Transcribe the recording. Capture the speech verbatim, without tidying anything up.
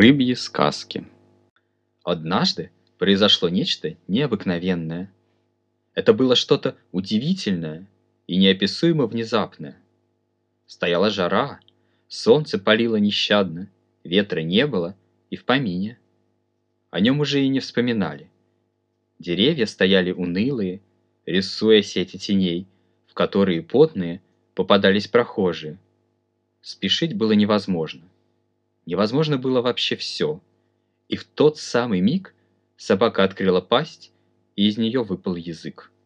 Рыбьи сказки. Однажды произошло нечто необыкновенное. Это было что-то удивительное и неописуемо внезапное. Стояла жара, солнце палило нещадно, ветра не было и в помине. О нем уже и не вспоминали. Деревья стояли унылые, рисуя сети теней, в которые потные попадались прохожие. Спешить было невозможно. Невозможно было вообще все. И в тот самый миг собака открыла пасть, и из нее выпал язык.